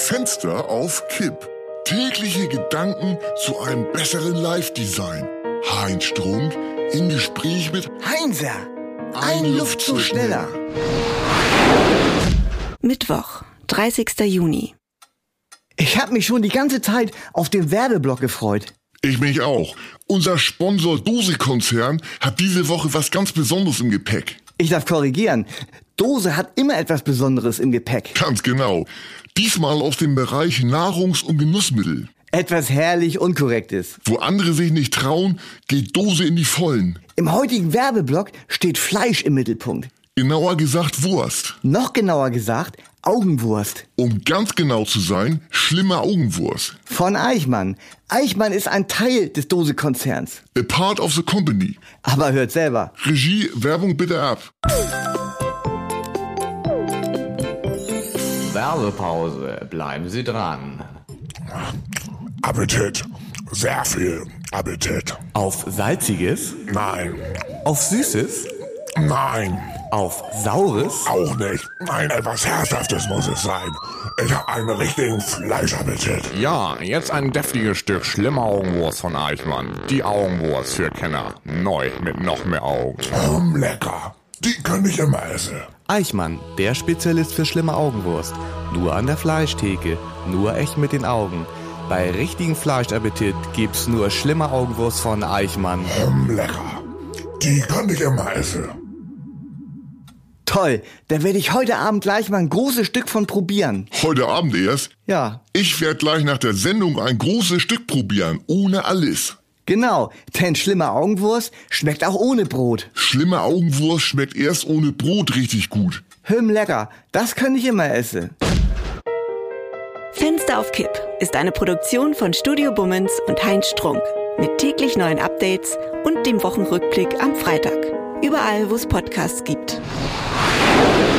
Fenster auf Kipp. Tägliche Gedanken zu einem besseren Live-Design. Heinz Strunk im Gespräch mit Heinzer, ein Luftzug schneller. Mittwoch, 30. Juni. Ich habe mich schon die ganze Zeit auf den Werbeblock gefreut. Ich mich auch. Unser Sponsor Dose-Konzern hat diese Woche was ganz Besonderes im Gepäck. Ich darf korrigieren. Dose hat immer etwas Besonderes im Gepäck. Ganz genau. Diesmal aus dem Bereich Nahrungs- und Genussmittel. Etwas herrlich Unkorrektes. Wo andere sich nicht trauen, geht Dose in die Vollen. Im heutigen Werbeblock steht Fleisch im Mittelpunkt. Genauer gesagt Wurst. Noch genauer gesagt Augenwurst. Um ganz genau zu sein, schlimme Augenwurst. Von Eichmann. Eichmann ist ein Teil des Dose-Konzerns. A part of the company. Aber hört selber. Regie, Werbung bitte ab. Werbepause. Bleiben Sie dran. Appetit. Sehr viel Appetit. Auf Salziges? Nein. Auf Süßes? Nein. Auf Saures? Auch nicht. Nein, etwas Herzhaftes muss es sein. Ich habe einen richtigen Fleischappetit. Ja, jetzt ein deftiges Stück schlimme Augenwurst von Eichmann. Die Augenwurst für Kenner. Neu mit noch mehr Augen. Lecker. Die kann ich immer essen. Eichmann, der Spezialist für schlimme Augenwurst. Nur an der Fleischtheke, nur echt mit den Augen. Bei richtigen Fleischappetit gibt's nur schlimme Augenwurst von Eichmann. Lecker. Die kann ich immer essen. Toll, da werde ich heute Abend gleich mal ein großes Stück von probieren. Heute Abend erst? Ja, Ich werde gleich nach der Sendung ein großes Stück probieren, ohne alles. genau, denn schlimme Augenwurst schmeckt auch ohne Brot. Schlimme Augenwurst schmeckt erst ohne Brot richtig gut. Lecker, das kann ich immer essen. Fenster auf Kipp ist eine Produktion von Studio Bummens und Heinz Strunk. Mit täglich neuen Updates und dem Wochenrückblick am Freitag. Überall, wo es Podcasts gibt.